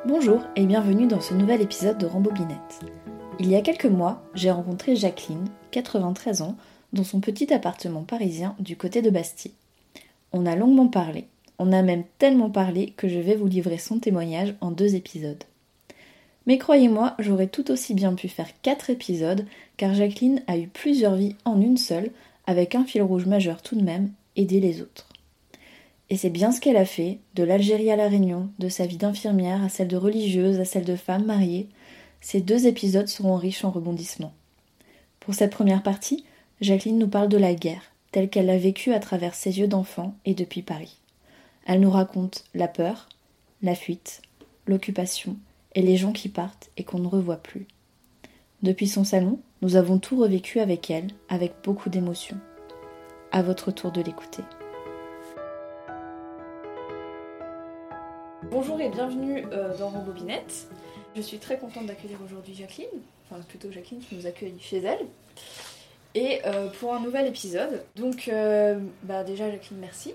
Bonjour et bienvenue dans ce nouvel épisode de Rambobinette. Il y a quelques mois, j'ai rencontré Jacqueline, 93 ans, dans son petit appartement parisien du côté de Bastille. On a longuement parlé, on a même tellement parlé que je vais vous livrer son témoignage en 2 épisodes. Mais croyez-moi, j'aurais tout aussi bien pu faire 4 épisodes, car Jacqueline a eu plusieurs vies en une seule, avec un fil rouge majeur tout de même, aider les autres. Et c'est bien ce qu'elle a fait, de l'Algérie à la Réunion, de sa vie d'infirmière à celle de religieuse, à celle de femme mariée. Ces 2 épisodes seront riches en rebondissements. Pour cette première partie, Jacqueline nous parle de la guerre, telle qu'elle l'a vécue à travers ses yeux d'enfant et depuis Paris. Elle nous raconte la peur, la fuite, l'occupation et les gens qui partent et qu'on ne revoit plus. Depuis son salon, nous avons tout revécu avec elle, avec beaucoup d'émotion. À votre tour de l'écouter. Bonjour et bienvenue dans Rambobinette. Je suis très contente d'accueillir aujourd'hui Jacqueline, enfin plutôt Jacqueline qui nous accueille chez elle. Et pour un nouvel épisode. Donc déjà Jacqueline, merci.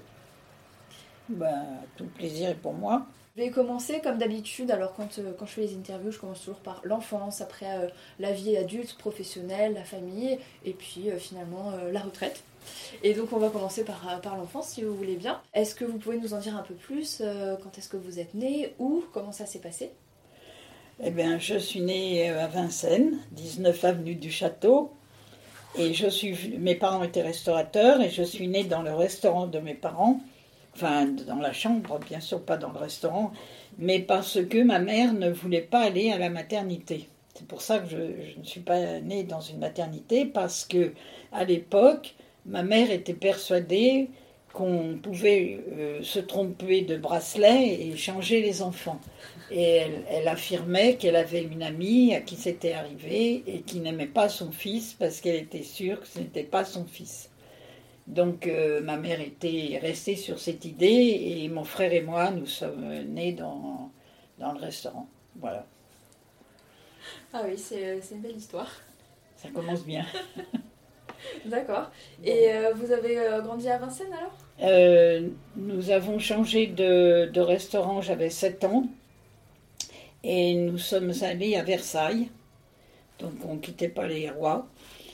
Tout le plaisir est pour moi. Je vais commencer comme d'habitude. Alors quand je fais les interviews, je commence toujours par l'enfance, après la vie adulte, professionnelle, la famille, et puis finalement la retraite. Et donc on va commencer par l'enfance si vous voulez bien. Est-ce que vous pouvez nous en dire un peu plus quand est-ce que vous êtes née, où, comment ça s'est passé? Eh bien, je suis née à Vincennes, 19 avenue du Château. Et mes parents étaient restaurateurs et je suis née dans le restaurant de mes parents. Enfin, dans la chambre, bien sûr, pas dans le restaurant. Mais parce que ma mère ne voulait pas aller à la maternité. C'est pour ça que je ne suis pas née dans une maternité, parce que à l'époque, ma mère était persuadée qu'on pouvait se tromper de bracelet et changer les enfants. Et elle affirmait qu'elle avait une amie à qui c'était arrivé et qui n'aimait pas son fils parce qu'elle était sûre que ce n'était pas son fils. Donc ma mère était restée sur cette idée et mon frère et moi, nous sommes nés dans le restaurant. Voilà. Ah oui, c'est une belle histoire. Ça commence bien. D'accord. Et vous avez grandi à Vincennes alors? Nous avons changé de restaurant, j'avais 7 ans. Et nous sommes allés à Versailles. Donc on ne quittait pas les rois.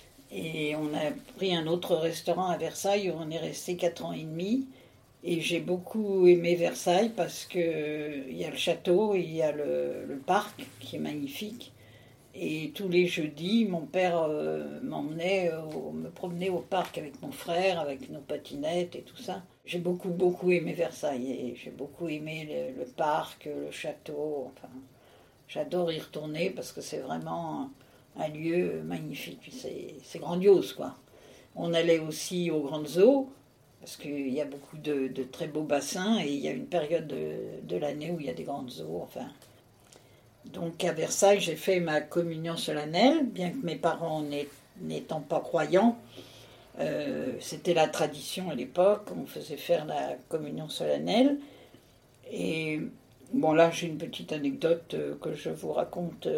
Et on a pris un autre restaurant à Versailles où on est resté 4 ans et demi. Et j'ai beaucoup aimé Versailles parce qu'il y a le château, il y a le parc qui est magnifique. Et tous les jeudis, mon père m'emmenait me promener au parc avec mon frère, avec nos patinettes et tout ça. J'ai beaucoup aimé Versailles et j'ai beaucoup aimé le parc, le château. Enfin, j'adore y retourner parce que c'est vraiment un lieu magnifique. Puis c'est grandiose, quoi. On allait aussi aux grandes eaux parce qu'il y a beaucoup de très beaux bassins et il y a une période de l'année où il y a des grandes eaux. Enfin. Donc à Versailles, j'ai fait ma communion solennelle, bien que mes parents n'étant pas croyants. C'était la tradition à l'époque, on faisait faire la communion solennelle. Et bon, là j'ai une petite anecdote que je vous raconte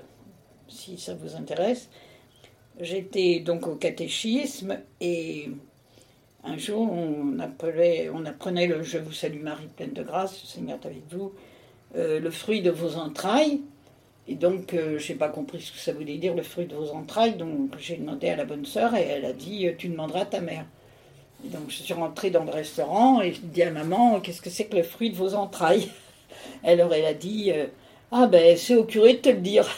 si ça vous intéresse. J'étais donc au catéchisme et un jour on apprenait le Je vous salue Marie pleine de grâce, le Seigneur est avec vous. Le fruit de vos entrailles. Et donc, je n'ai pas compris ce que ça voulait dire, le fruit de vos entrailles. Donc, j'ai demandé à la bonne sœur et elle a dit, tu demanderas à ta mère. Et donc, je suis rentrée dans le restaurant et je dis à maman, qu'est-ce que c'est que le fruit de vos entrailles? Elle a dit, c'est au curé de te le dire.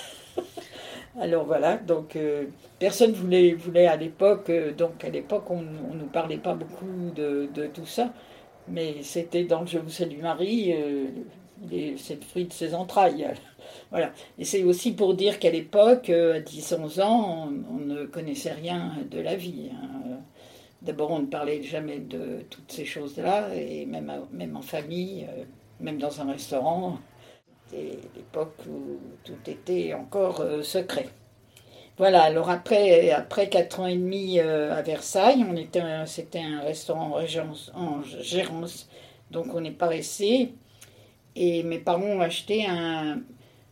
Alors voilà, donc personne voulait à l'époque, donc à l'époque on ne nous parlait pas beaucoup de tout ça, mais c'était dans le Je vous salue Marie, c'est le fruit de ses entrailles. Voilà. Et c'est aussi pour dire qu'à l'époque, à 10-11 ans, on ne connaissait rien de la vie. D'abord, on ne parlait jamais de toutes ces choses-là, et même en famille, même dans un restaurant, c'était l'époque où tout était encore secret. Voilà, alors après 4 ans et demi à Versailles, c'était un restaurant en gérance, donc on n'est pas resté. Et mes parents ont acheté un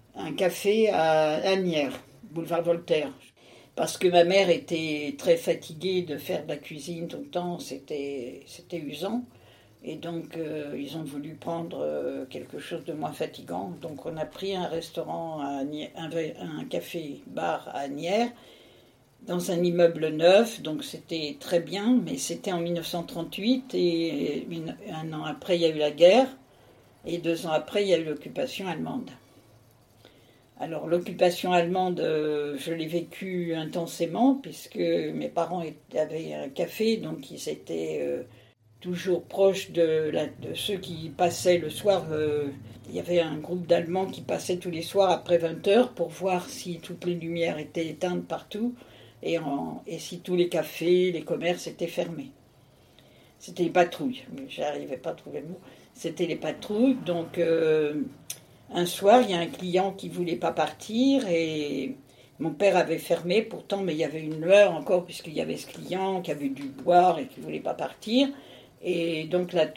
café à Asnières, boulevard Voltaire. Parce que ma mère était très fatiguée de faire de la cuisine tout le temps, c'était usant. Et donc, ils ont voulu prendre quelque chose de moins fatigant. Donc, on a pris un restaurant, un café-bar à Agnières, dans un immeuble neuf. Donc, c'était très bien, mais c'était en 1938. Et un an après, il y a eu la guerre. Et 2 ans après, il y a eu l'occupation allemande. Alors, l'occupation allemande, je l'ai vécue intensément, puisque mes parents avaient un café, donc ils étaient toujours proches de ceux qui passaient le soir. Il y avait un groupe d'Allemands qui passait tous les soirs après 20 heures pour voir si toutes les lumières étaient éteintes partout et si tous les cafés, les commerces étaient fermés. C'était les patrouilles, mais j'arrivais pas à trouver le mot. C'était les patrouilles, donc un soir, il y a un client qui voulait pas partir et mon père avait fermé pourtant, mais il y avait une lueur encore puisqu'il y avait ce client qui avait dû boire et qui voulait pas partir. Et donc la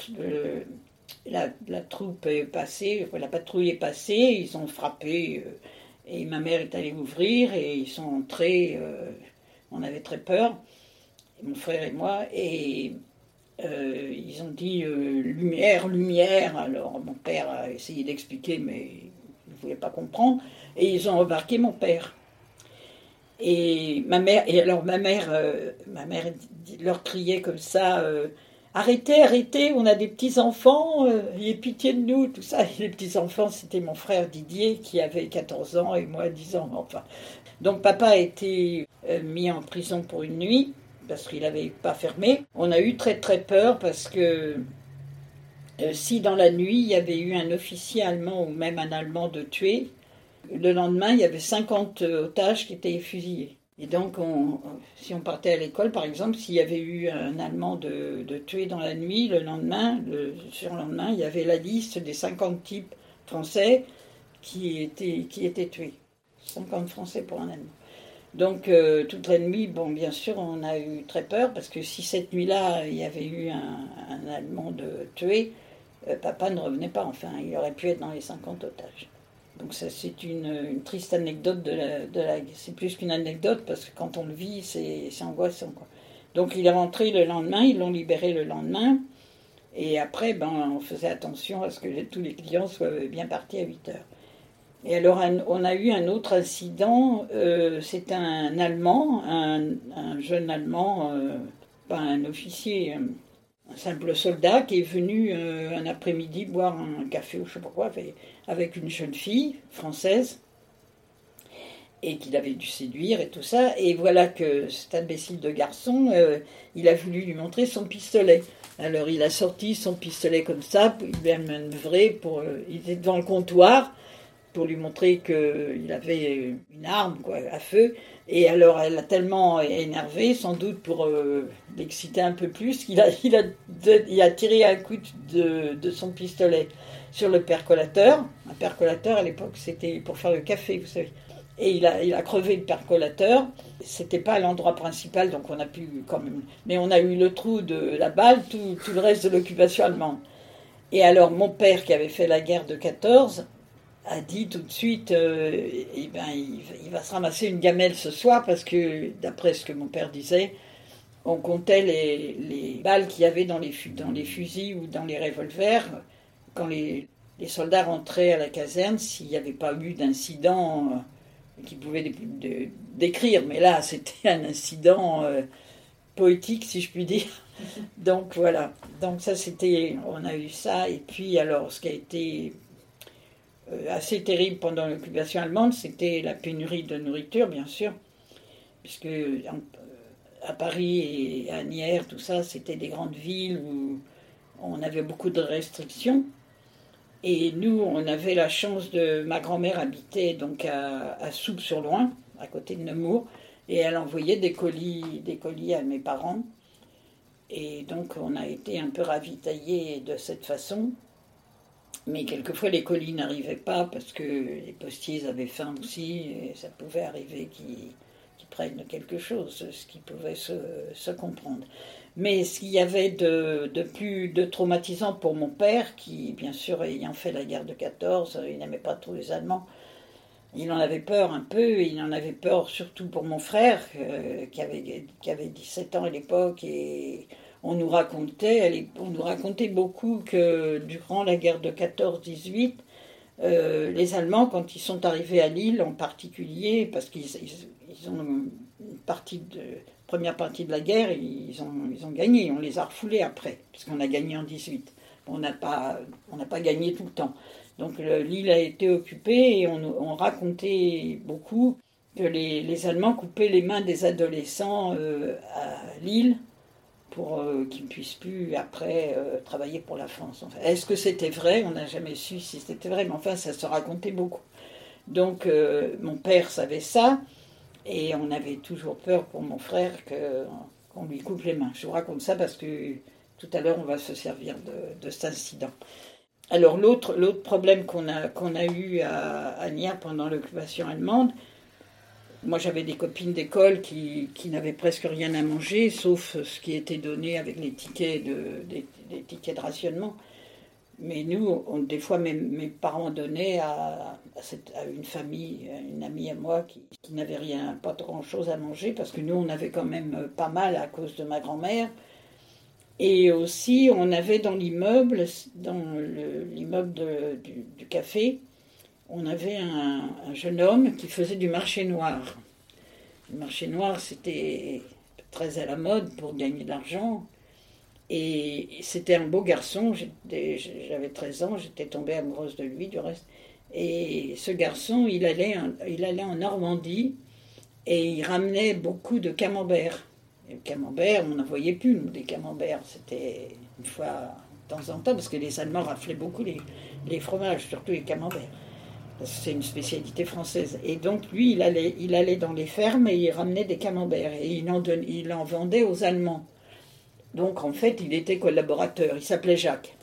troupe est passée, la patrouille est passée, ils ont frappé et ma mère est allée ouvrir et ils sont entrés. On avait très peur, mon frère et moi, et ils ont dit lumière, lumière. Alors mon père a essayé d'expliquer, mais il ne voulait pas comprendre. Et ils ont embarqué mon père. Et ma mère, ma mère leur criait comme ça. Arrêtez, arrêtez, on a des petits-enfants, ayez pitié de nous, tout ça. Et les petits-enfants, c'était mon frère Didier qui avait 14 ans et moi 10 ans, enfin. Donc papa a été mis en prison pour une nuit, parce qu'il n'avait pas fermé. On a eu très très peur parce que si dans la nuit il y avait eu un officier allemand ou même un Allemand de tué, le lendemain il y avait 50 otages qui étaient fusillés. Et donc, si on partait à l'école, par exemple, s'il y avait eu un Allemand de tué dans la nuit, le surlendemain, il y avait la liste des 50 types français qui étaient tués. 50 Français pour un Allemand. Donc, toute la nuit, bon, bien sûr, on a eu très peur, parce que si cette nuit-là, il y avait eu un Allemand tué, papa ne revenait pas, enfin, il aurait pu être dans les 50 otages. Donc ça, c'est une triste anecdote c'est plus qu'une anecdote parce que quand on le vit, c'est angoissant, quoi. Donc il est rentré le lendemain, ils l'ont libéré le lendemain, et après, on faisait attention à ce que tous les clients soient bien partis à 8 heures. Et alors on a eu un autre incident, c'est un Allemand, un jeune Allemand, pas un officier, un simple soldat qui est venu un après-midi boire un café ou je sais pas quoi avec une jeune fille française et qu'il avait dû séduire et tout ça. Et voilà que cet imbécile de garçon, il a voulu lui montrer son pistolet. Alors il a sorti son pistolet comme ça, il lui a manœuvré, il était devant le comptoir pour lui montrer qu'il avait une arme quoi, à feu. Et alors elle a tellement énervé, sans doute pour l'exciter un peu plus, qu'il a tiré un coup de son pistolet sur le percolateur. Un percolateur à l'époque c'était pour faire le café, vous savez. Et il a crevé le percolateur. C'était pas l'endroit principal, donc on a pu quand même. Mais on a eu le trou de la balle, tout le reste de l'occupation allemande. Et alors mon père qui avait fait la guerre de 14 a dit tout de suite il va se ramasser une gamelle ce soir parce que, d'après ce que mon père disait, on comptait les balles qu'il y avait dans les fusils ou dans les revolvers quand les soldats rentraient à la caserne, s'il n'y avait pas eu d'incident qu'ils pouvaient décrire. Mais là, c'était un incident poétique, si je puis dire. Donc voilà. Donc ça, on a eu ça. Et puis alors, ce qui a été assez terrible pendant l'occupation allemande, c'était la pénurie de nourriture, bien sûr, puisque à Paris et à Agnières, tout ça, c'était des grandes villes où on avait beaucoup de restrictions. Et nous, on avait la chance ma grand-mère habitait donc à Souppes-sur-Loing, à côté de Nemours, et elle envoyait des colis à mes parents. Et donc, on a été un peu ravitaillés de cette façon. Mais quelquefois, les colis n'arrivaient pas parce que les postiers avaient faim aussi, et ça pouvait arriver qu'ils prennent quelque chose, ce qui pouvait se comprendre. Mais ce qu'il y avait de plus traumatisant pour mon père, qui, bien sûr, ayant fait la guerre de 14, il n'aimait pas trop les Allemands, il en avait peur un peu, il en avait peur surtout pour mon frère, qui avait 17 ans à l'époque, et on nous racontait beaucoup que durant la guerre de 14-18, les Allemands, quand ils sont arrivés à Lille en particulier, parce qu'ils ont une première partie de la guerre, ils ont gagné, on les a refoulés après, parce qu'on a gagné en 18. On n'a pas gagné tout le temps. Donc l'île a été occupée et on racontait beaucoup que les Allemands coupaient les mains des adolescents à Lille pour qu'ils ne puissent plus après travailler pour la France. Enfin, est-ce que c'était vrai? On n'a jamais su si c'était vrai, mais enfin ça se racontait beaucoup. Donc mon père savait ça et on avait toujours peur pour mon frère qu'on lui coupe les mains. Je vous raconte ça parce que tout à l'heure on va se servir de cet incident. Alors l'autre problème qu'on a eu à Asnières pendant l'occupation allemande, moi j'avais des copines d'école qui n'avaient presque rien à manger, sauf ce qui était donné avec les tickets des tickets de rationnement. Mais nous, des fois mes parents donnaient à une famille, à une amie à moi qui n'avait pas grand chose à manger, parce que nous on avait quand même pas mal à cause de ma grand-mère. Et aussi, on avait dans l'immeuble du café, on avait un jeune homme qui faisait du marché noir. Le marché noir, c'était très à la mode pour gagner de l'argent. Et c'était un beau garçon, j'avais 13 ans, j'étais tombée amoureuse de lui du reste. Et ce garçon, il allait en Normandie et il ramenait beaucoup de camemberts. Et le camembert, on n'en voyait plus, nous, des camemberts. C'était une fois de temps en temps, parce que les Allemands raflaient beaucoup les fromages, surtout les camemberts. C'est une spécialité française. Et donc, lui, il allait dans les fermes et il ramenait des camemberts. Et il en vendait aux Allemands. Donc, en fait, il était collaborateur. Il s'appelait Jacques.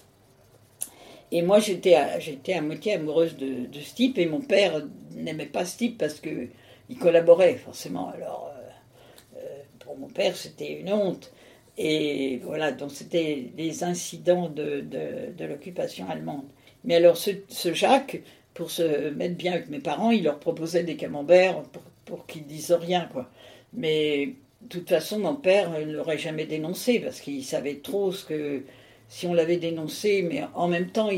Et moi, j'étais à moitié amoureuse de ce type. Et mon père n'aimait pas ce type parce qu'il collaborait, forcément. Alors... pour mon père, c'était une honte. Et voilà, donc c'était les incidents de l'occupation allemande. Mais alors ce Jacques, pour se mettre bien avec mes parents, il leur proposait des camemberts pour qu'ils disent rien, quoi. Mais de toute façon, mon père ne l'aurait jamais dénoncé, parce qu'il savait trop si on l'avait dénoncé, mais en même temps,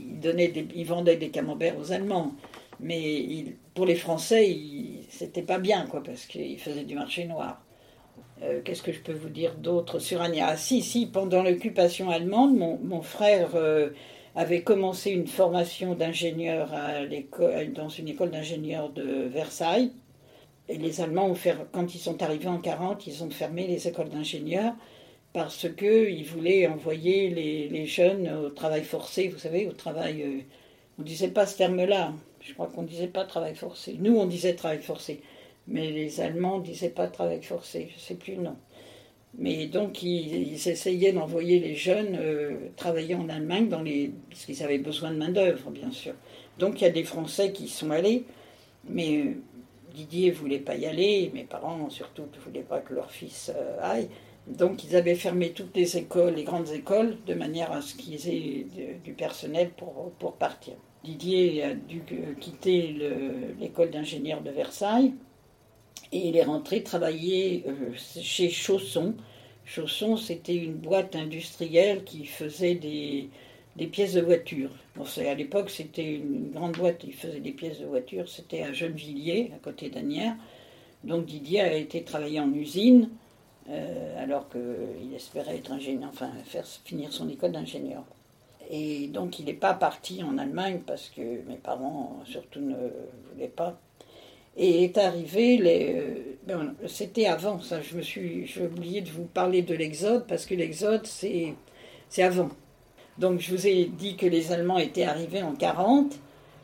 il vendait des camemberts aux Allemands. Mais pour les Français, c'était pas bien, quoi, parce qu'il faisait du marché noir. Qu'est-ce que je peux vous dire d'autre sur Asnières? Ah, si, pendant l'occupation allemande, mon frère avait commencé une formation d'ingénieur dans une école d'ingénieurs de Versailles. Et les Allemands quand ils sont arrivés en 1940, ils ont fermé les écoles d'ingénieurs parce qu'ils voulaient envoyer les jeunes au travail forcé, vous savez, au travail... on ne disait pas ce terme-là, je crois qu'on ne disait pas travail forcé. Nous, on disait travail forcé. Mais les Allemands ne disaient pas travail forcé, je ne sais plus le nom. Mais donc, ils essayaient d'envoyer les jeunes travailler en Allemagne, parce qu'ils avaient besoin de main-d'œuvre, bien sûr. Donc, il y a des Français qui y sont allés, mais Didier ne voulait pas y aller, mes parents, surtout, ne voulaient pas que leur fils aille. Donc, ils avaient fermé toutes les écoles, les grandes écoles, de manière à ce qu'ils aient du personnel pour partir. Didier a dû quitter l'école d'ingénieurs de Versailles. Et il est rentré travailler chez Chausson. Chausson, c'était une boîte industrielle qui faisait des pièces de voiture. Bon, à l'époque, c'était une grande boîte qui faisait des pièces de voiture. C'était à Gennevilliers, à côté d'Asnières. Donc Didier a été travailler en usine, alors qu'il espérait être ingénieur, enfin finir son école d'ingénieur. Et donc il n'est pas parti en Allemagne parce que mes parents surtout ne voulaient pas. Et est arrivé, c'était avant ça, j'ai oublié de vous parler de l'Exode, parce que l'Exode, c'est avant. Donc je vous ai dit que les Allemands étaient arrivés en 1940,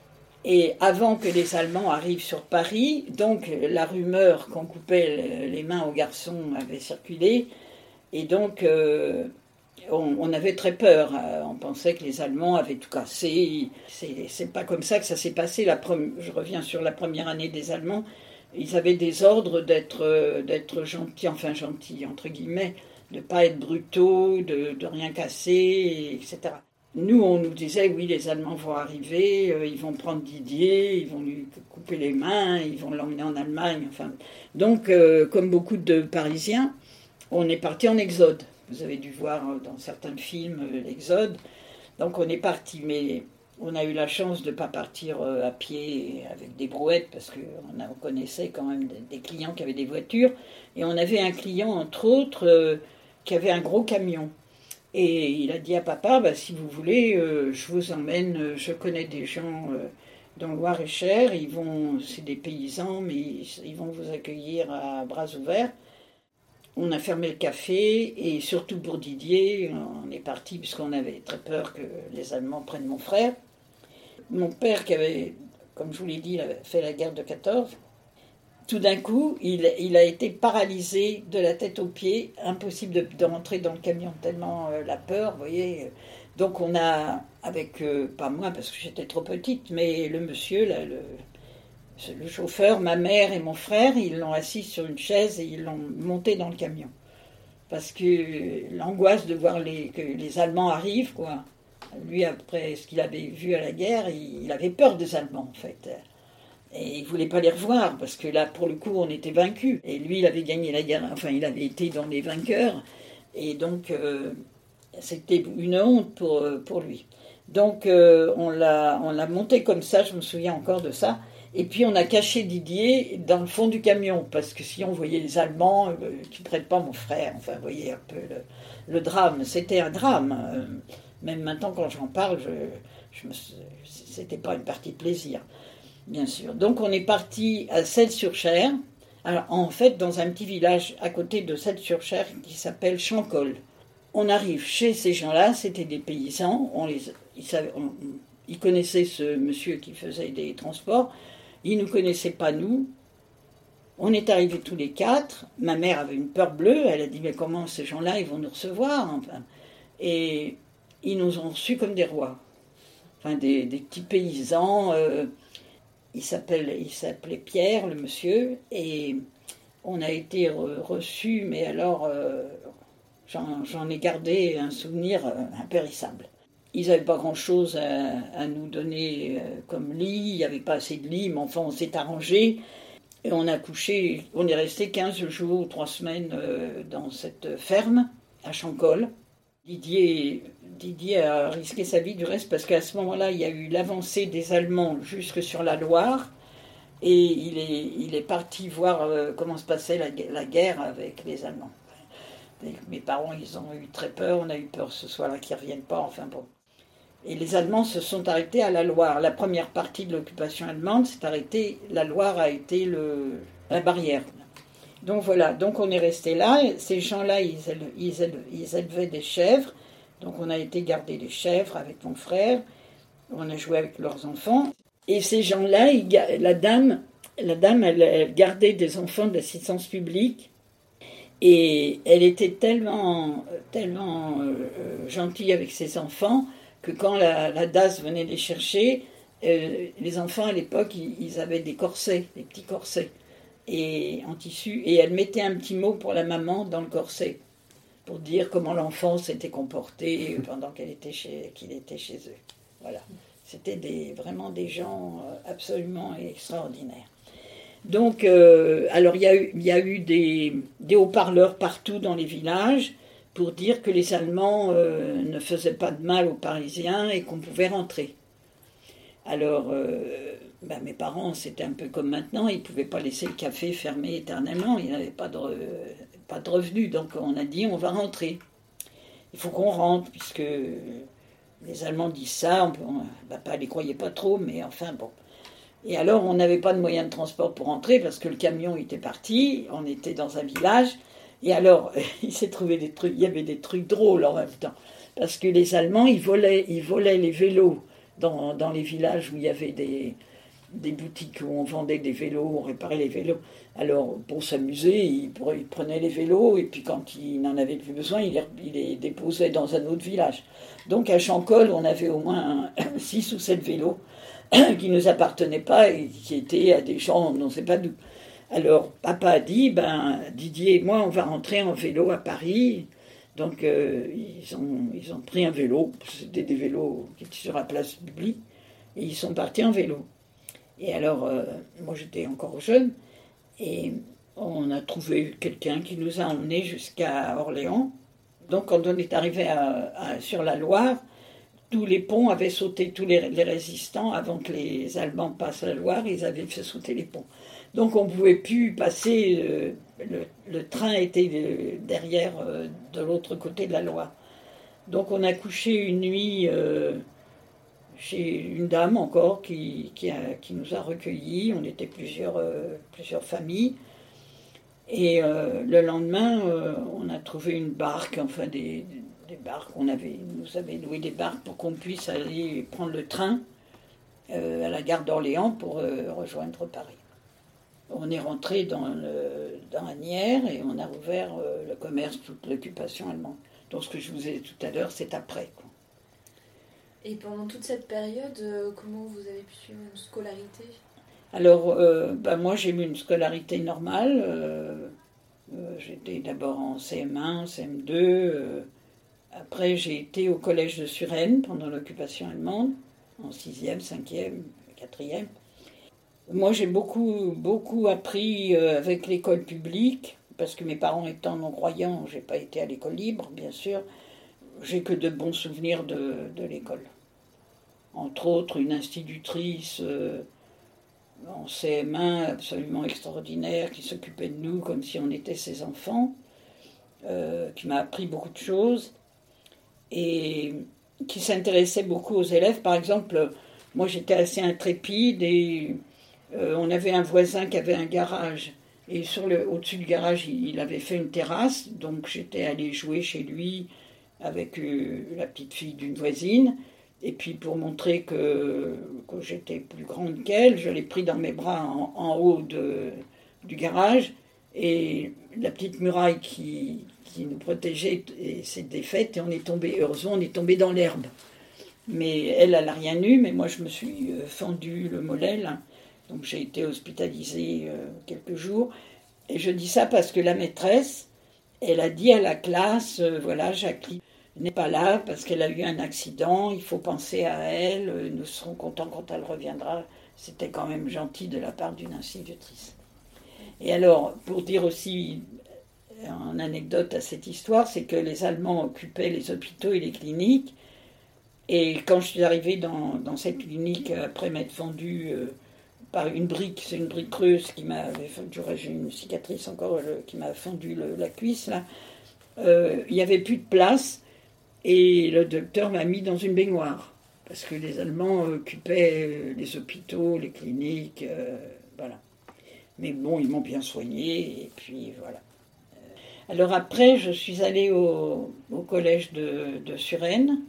et avant que les Allemands arrivent sur Paris, donc la rumeur qu'on coupait les mains aux garçons avait circulé, et donc on avait très peur, on pensait que les Allemands avaient tout cassé. C'est pas comme ça que ça s'est passé. Je reviens sur la première année des Allemands. Ils avaient des ordres d'être gentils, enfin gentils entre guillemets, de ne pas être brutaux, de rien casser, etc. Nous, on nous disait, oui, les Allemands vont arriver, ils vont prendre Didier, ils vont lui couper les mains, ils vont l'emmener en Allemagne. Enfin, donc, comme beaucoup de Parisiens, on est parti en exode. Vous avez dû voir dans certains films l'Exode. Donc on est parti, mais on a eu la chance de ne pas partir à pied avec des brouettes, parce qu'on connaissait quand même des clients qui avaient des voitures. Et on avait un client, entre autres, qui avait un gros camion. Et il a dit à papa, bah, si vous voulez, je vous emmène, je connais des gens dans le Loir-et-Cher, c'est des paysans, mais ils vont vous accueillir à bras ouverts. On a fermé le café, et surtout pour Didier, on est parti puisqu'on avait très peur que les Allemands prennent mon frère. Mon père, qui avait, comme je vous l'ai dit, il avait fait la guerre de 14, tout d'un coup, il a été paralysé de la tête aux pieds, impossible de rentrer dans le camion, tellement la peur, vous voyez. Donc on a, pas moi parce que j'étais trop petite, mais le monsieur, là, le chauffeur, ma mère et mon frère, ils l'ont assis sur une chaise et ils l'ont monté dans le camion. Parce que l'angoisse de voir que les Allemands arrivent, quoi. Lui, après ce qu'il avait vu à la guerre, il avait peur des Allemands, en fait. Et il ne voulait pas les revoir, parce que là, pour le coup, on était vaincus. Et lui, il avait gagné la guerre, enfin, il avait été dans les vainqueurs. Et donc, c'était une honte pour lui. Donc, on l'a monté comme ça, je me souviens encore de ça. Et puis, on a caché Didier dans le fond du camion, parce que si on voyait les Allemands, qui ne prennent pas mon frère, enfin, vous voyez un peu le drame. C'était un drame. Même maintenant, quand j'en parle, c'était pas une partie de plaisir. Bien sûr. Donc on est parti à Celles-sur-Cher, alors en fait dans un petit village à côté de Celles-sur-Cher qui s'appelle Chancol. On arrive chez ces gens-là, c'était des paysans, ils connaissaient ce monsieur qui faisait des transports, ils ne nous connaissaient pas nous. On est arrivés tous les quatre, ma mère avait une peur bleue, elle a dit mais comment ces gens-là ils vont nous recevoir, enfin. Et ils nous ont reçus comme des rois, enfin des petits paysans. Il s'appelait Pierre, le monsieur, et on a été reçus, mais alors j'en ai gardé un souvenir impérissable. Ils n'avaient pas grand-chose à nous donner comme lit, il n'y avait pas assez de lit, mais enfin on s'est arrangé. Et on a couché, on est resté 15 jours ou 3 semaines dans cette ferme à Chancol. Didier a risqué sa vie du reste parce qu'à ce moment-là, il y a eu l'avancée des Allemands jusque sur la Loire et il est parti voir comment se passait la guerre avec les Allemands. Et mes parents, ils ont eu très peur, on a eu peur ce soir-là qu'ils ne reviennent pas, enfin bon. Et les Allemands se sont arrêtés à la Loire. La première partie de l'occupation allemande s'est arrêtée, la Loire a été la barrière. Donc voilà, donc on est resté là. Ces gens-là, ils élevaient des chèvres. Donc on a été garder les chèvres avec mon frère. On a joué avec leurs enfants. Et ces gens-là, la dame, elle gardait des enfants de l'assistance publique. Et elle était tellement gentille avec ses enfants que quand la DAS venait les chercher, les enfants à l'époque, ils avaient des corsets, des petits corsets. Et en tissu, et elle mettait un petit mot pour la maman dans le corset, pour dire comment l'enfant s'était comporté pendant qu'il était chez eux. Voilà. C'était vraiment des gens absolument extraordinaires. Donc, alors il y a eu des haut-parleurs partout dans les villages pour dire que les Allemands ne faisaient pas de mal aux Parisiens et qu'on pouvait rentrer. Alors, mes parents, c'était un peu comme maintenant, ils ne pouvaient pas laisser le café fermé éternellement, ils n'avaient pas de revenus, donc on a dit on va rentrer. Il faut qu'on rentre, puisque les Allemands disent ça, papa ne les croyait pas trop, mais enfin bon. Et alors on n'avait pas de moyen de transport pour rentrer, parce que le camion était parti, on était dans un village, et alors il s'est trouvé des trucs, il y avait des trucs drôles en même temps, parce que les Allemands, ils volaient les vélos dans les villages où il y avait des boutiques où on vendait des vélos, on réparait les vélos. Alors, pour s'amuser, ils prenaient les vélos et puis quand ils n'en avaient plus besoin, ils les déposaient dans un autre village. Donc à Chancol, on avait au moins 6 ou 7 vélos qui ne nous appartenaient pas et qui étaient à des gens, on ne sait pas d'où. Alors, papa a dit, Didier et moi, on va rentrer en vélo à Paris. Donc, ils ont pris un vélo, c'était des vélos qui étaient sur la place publique, et ils sont partis en vélo. Et alors, moi j'étais encore jeune, et on a trouvé quelqu'un qui nous a emmenés jusqu'à Orléans, Donc quand on est arrivé sur la Loire, tous les ponts avaient sauté, tous les résistants, avant que les Allemands passent la Loire, ils avaient fait sauter les ponts. Donc on ne pouvait plus passer, le train était derrière, de l'autre côté de la Loire. Donc on a couché une nuit chez une dame encore qui nous a recueillis. On était plusieurs familles. Et le lendemain, on a trouvé une barque, enfin des barques. Nous avait loué des barques pour qu'on puisse aller prendre le train à la gare d'Orléans pour rejoindre Paris. On est rentré dans Asnières et on a ouvert le commerce, toute l'occupation allemande. Donc ce que je vous ai dit tout à l'heure, c'est après, quoi. Et pendant toute cette période, comment vous avez pu suivre une scolarité ? Alors, moi j'ai eu une scolarité normale. J'étais d'abord en CM1, CM2. Après, j'ai été au collège de Suresnes pendant l'occupation allemande, en 6e, 5e, 4e. Moi, j'ai beaucoup appris avec l'école publique, parce que mes parents étant non-croyants, j'ai pas été à l'école libre, bien sûr. J'ai que de bons souvenirs de l'école. Entre autres, une institutrice en CM1 absolument extraordinaire, qui s'occupait de nous comme si on était ses enfants, qui m'a appris beaucoup de choses, et qui s'intéressait beaucoup aux élèves. Par exemple, moi j'étais assez intrépide, et on avait un voisin qui avait un garage, et au-dessus du garage, il avait fait une terrasse, donc j'étais allée jouer chez lui avec la petite fille d'une voisine. Et puis pour montrer que j'étais plus grande qu'elle, je l'ai pris dans mes bras en haut du garage, et la petite muraille qui nous protégeait s'est défaite, et heureusement on est tombé dans l'herbe. Mais elle n'a rien eu, mais moi je me suis fendu le mollet, là. Donc j'ai été hospitalisée quelques jours. Et je dis ça parce que la maîtresse, elle a dit à la classe, voilà, Jacqueline n'est pas là parce qu'elle a eu un accident, il faut penser à elle, nous serons contents quand elle reviendra. C'était quand même gentil de la part d'une institutrice. Et alors, pour dire aussi une anecdote à cette histoire, c'est que les Allemands occupaient les hôpitaux et les cliniques, et quand je suis arrivée dans cette clinique, après m'être fendue par une brique, c'est une brique creuse qui m'avait fendu, j'ai une cicatrice encore qui m'a fendu la cuisse, là, il n'y avait plus de place. Et le docteur m'a mis dans une baignoire, parce que les Allemands occupaient les hôpitaux, les cliniques, voilà. Mais bon, ils m'ont bien soigné, et puis voilà. Alors après, je suis allée au collège de Suresnes.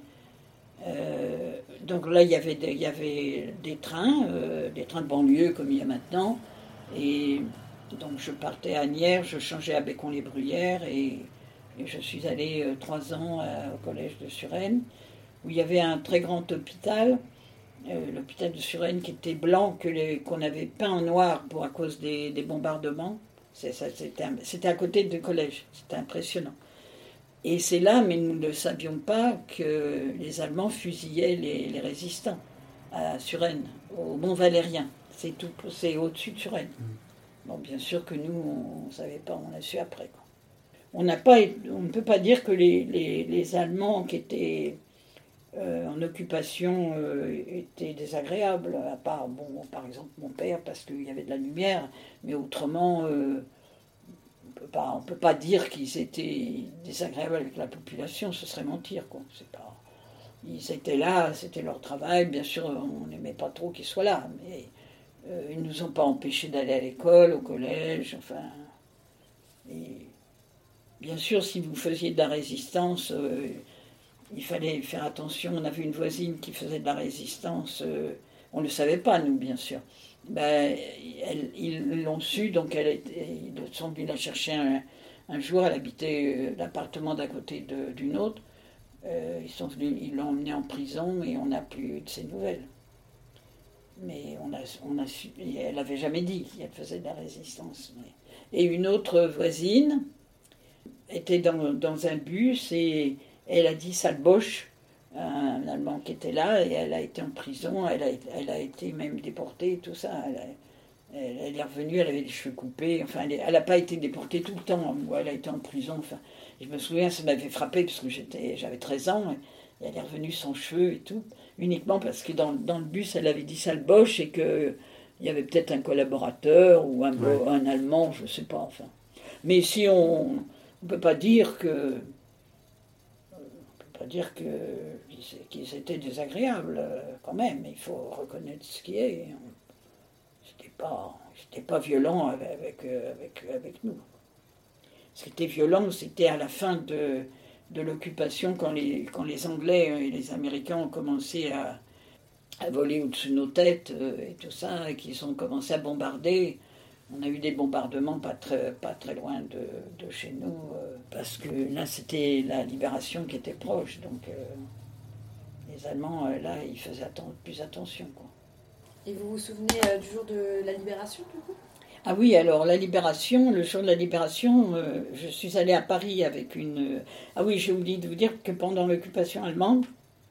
Donc là, il y avait des trains de banlieue, comme il y a maintenant. Et donc je partais à Asnières, je changeais à Bécon-les-Bruyères, et je suis allée 3 ans au collège de Suresnes, où il y avait un très grand hôpital, l'hôpital de Suresnes, qui était blanc, qu'on avait peint en noir à cause des bombardements. C'était à côté du collège, c'était impressionnant. Et c'est là, mais nous ne savions pas, que les Allemands fusillaient les résistants à Suresnes, au Mont-Valérien. C'est tout, c'est au-dessus de Suresnes. Bon, bien sûr que nous, on ne savait pas, on l'a su après, quoi. On ne peut pas dire que les Allemands qui étaient en occupation étaient désagréables, à part, bon, par exemple, mon père, parce qu'il y avait de la lumière, mais autrement, on ne peut pas dire qu'ils étaient désagréables avec la population, ce serait mentir, quoi. Ils étaient là, c'était leur travail, bien sûr, on n'aimait pas trop qu'ils soient là, mais ils ne nous ont pas empêchés d'aller à l'école, au collège, enfin... Et, bien sûr, si vous faisiez de la résistance, il fallait faire attention. On avait une voisine qui faisait de la résistance. On ne le savait pas, nous, bien sûr. Ils l'ont su, donc ils sont venus la chercher un jour. Elle habitait l'appartement d'à côté d'une autre. Ils l'ont emmenée en prison, et on n'a plus eu de ses nouvelles. Mais on a su, elle n'avait jamais dit qu'elle faisait de la résistance. Et une autre voisine était dans un bus, et elle a dit sale boche, un Allemand qui était là, et elle a été en prison, elle a été même déportée, tout ça. Elle est revenue, elle avait les cheveux coupés, enfin elle n'a pas été déportée tout le temps, elle a été en prison, enfin. Et je me souviens, ça m'avait frappé parce que j'avais 13 ans, et elle est revenue sans cheveux et tout, uniquement parce que dans le bus, elle avait dit sale boche et qu'il y avait peut-être un collaborateur ou un Allemand, je ne sais pas, enfin. Mais si on ne peut pas dire qu'ils étaient désagréables, quand même, il faut reconnaître ce qui est. C'était pas violent avec nous. Ce qui était violent, c'était à la fin de l'occupation, quand les Anglais et les Américains ont commencé à voler au-dessus de nos têtes et tout ça, et qu'ils ont commencé à bombarder. On a eu des bombardements pas très loin de chez nous, parce que là, c'était la libération qui était proche. Donc, les Allemands, là, ils faisaient plus attention, quoi. Et vous vous souvenez du jour de la libération, du coup ? Ah oui, alors la libération, le jour de la libération, je suis allée à Paris avec une... Ah oui, j'ai oublié de vous dire que pendant l'occupation allemande,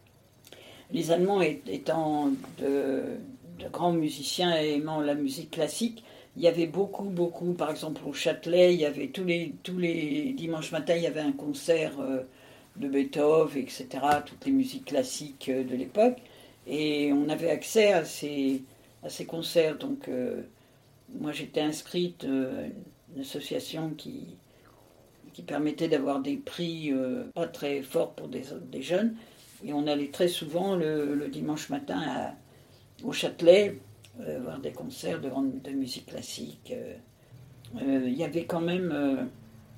les Allemands étant de grands musiciens et aimant la musique classique, il y avait beaucoup, par exemple au Châtelet, il y avait tous les dimanches matins, il y avait un concert de Beethoven, etc., toutes les musiques classiques de l'époque, et on avait accès à ces concerts, donc... moi, j'étais inscrite à une association qui permettait d'avoir des prix pas très forts pour des jeunes. Et on allait très souvent le dimanche matin au Châtelet voir des concerts de musique classique. Il y avait quand même,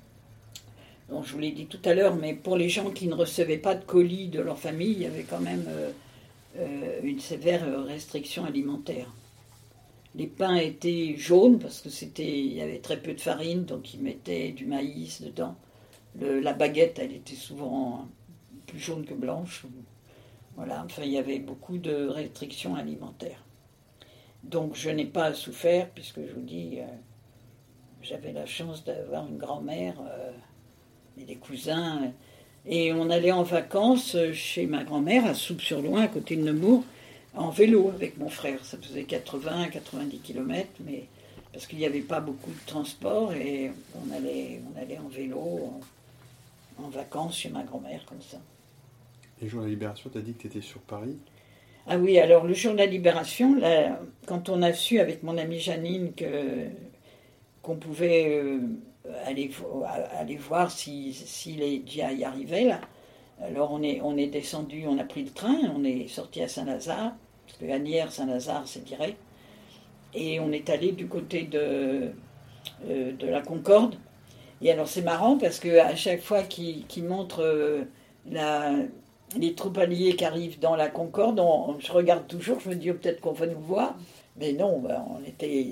bon, je vous l'ai dit tout à l'heure, mais pour les gens qui ne recevaient pas de colis de leur famille, il y avait quand même une sévère restriction alimentaire. Les pains étaient jaunes parce que il y avait très peu de farine, donc ils mettaient du maïs dedans. La baguette, elle était souvent plus jaune que blanche. Voilà, enfin, il y avait beaucoup de restrictions alimentaires. Donc je n'ai pas souffert, puisque je vous dis, j'avais la chance d'avoir une grand-mère et des cousins. Et on allait en vacances chez ma grand-mère à Soupe-sur-Loing, à côté de Nemours, en vélo avec mon frère. Ça faisait 80-90 km, mais parce qu'il n'y avait pas beaucoup de transport, et on allait en vélo en vacances chez ma grand-mère, comme ça. Et le jour de la Libération, tu as dit que tu étais sur Paris ? Ah oui, alors le jour de la Libération, là, quand on a su avec mon amie Janine qu'on pouvait aller voir si les GI arrivaient, là, alors on est descendu, on a pris le train, on est sorti à Saint-Lazare, parce que Asnières, Saint-Lazare, c'est direct, et on est allé du côté de la Concorde. Et alors c'est marrant parce qu'à chaque fois qu'ils montrent les troupes alliées qui arrivent dans la Concorde, je regarde toujours, je me dis peut-être qu'on va nous voir. Mais non, on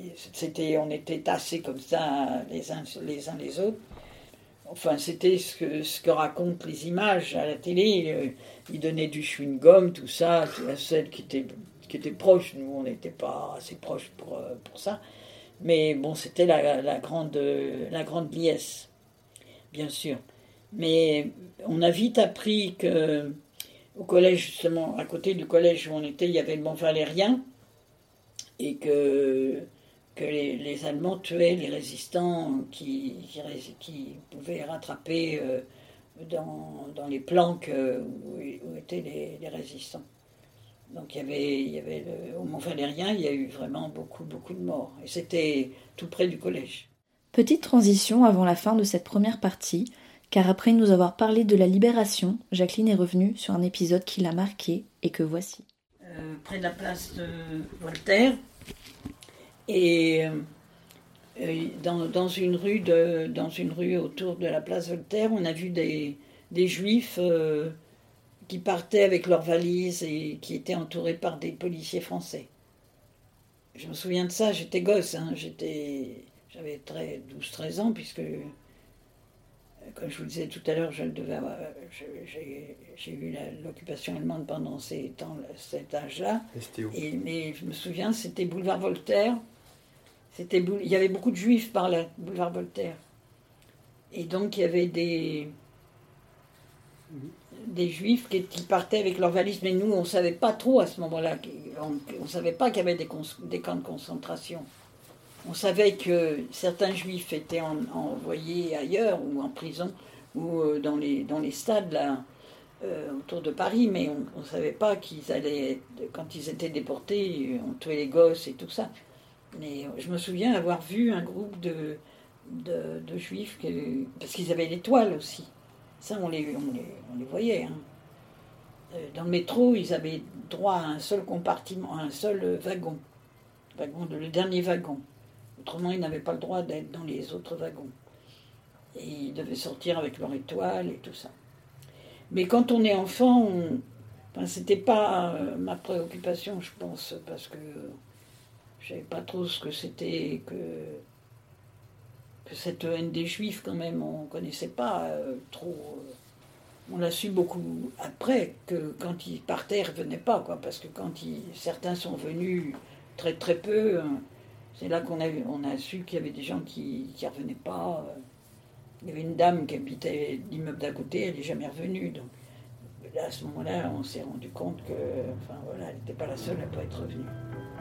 était tassés comme ça, les uns les autres. Enfin, c'était ce que racontent les images à la télé. Ils donnaient du chewing-gum, tout ça, à celles qui étaient proches. Nous, on n'était pas assez proches pour ça. Mais bon, c'était la grande liesse, bien sûr. Mais on a vite appris qu'au collège, justement, à côté du collège où on était, il y avait le Mont Valérien, et que les Allemands tuaient les résistants qui pouvaient rattraper dans les planques où étaient les résistants. Donc il y avait au Mont Valérien, il y a eu vraiment beaucoup de morts. Et c'était tout près du collège. Petite transition avant la fin de cette première partie, car après nous avoir parlé de la libération, Jacqueline est revenue sur un épisode qui l'a marquée et que voici. Près de la place de Voltaire, et dans une rue autour de la place Voltaire, on a vu des Juifs qui partaient avec leurs valises et qui étaient entourés par des policiers français. Je me souviens de ça, j'étais gosse, hein, j'avais 12-13 ans, puisque, comme je vous le disais tout à l'heure, j'ai eu l'occupation allemande pendant cet âge-là. Mais je me souviens, c'était boulevard Voltaire. Il y avait beaucoup de Juifs par là, boulevard Voltaire. Et donc, il y avait des Juifs qui partaient avec leurs valises, mais nous, on ne savait pas trop à ce moment-là. On ne savait pas qu'il y avait des camps de concentration. On savait que certains Juifs étaient envoyés ailleurs ou en prison, ou dans les stades là, autour de Paris, mais on ne savait pas qu'ils allaient, quand ils étaient déportés, on tuait les gosses et tout ça. Mais je me souviens avoir vu un groupe de juifs, parce qu'ils avaient l'étoile aussi. Ça, on les voyait. Hein. Dans le métro, ils avaient droit à un seul compartiment, à un seul wagon. Le dernier wagon. Autrement, ils n'avaient pas le droit d'être dans les autres wagons. Et ils devaient sortir avec leur étoile et tout ça. Mais quand on est enfant, c'était pas ma préoccupation, je pense, parce que je savais pas trop ce que c'était que cette haine des Juifs, quand même, on connaissait pas trop. On l'a su beaucoup après, que quand ils partaient, ils revenaient pas, quoi, parce que quand certains sont venus très très peu, c'est là qu'on a su qu'il y avait des gens qui revenaient pas. Il y avait une dame qui habitait l'immeuble d'à côté, elle n'est jamais revenue. Donc là, à ce moment-là, on s'est rendu compte que, elle n'était pas la seule à ne pas être revenue.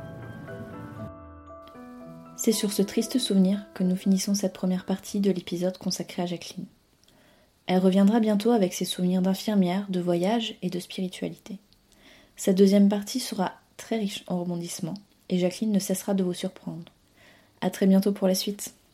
C'est sur ce triste souvenir que nous finissons cette première partie de l'épisode consacré à Jacqueline. Elle reviendra bientôt avec ses souvenirs d'infirmière, de voyage et de spiritualité. Cette deuxième partie sera très riche en rebondissements et Jacqueline ne cessera de vous surprendre. À très bientôt pour la suite.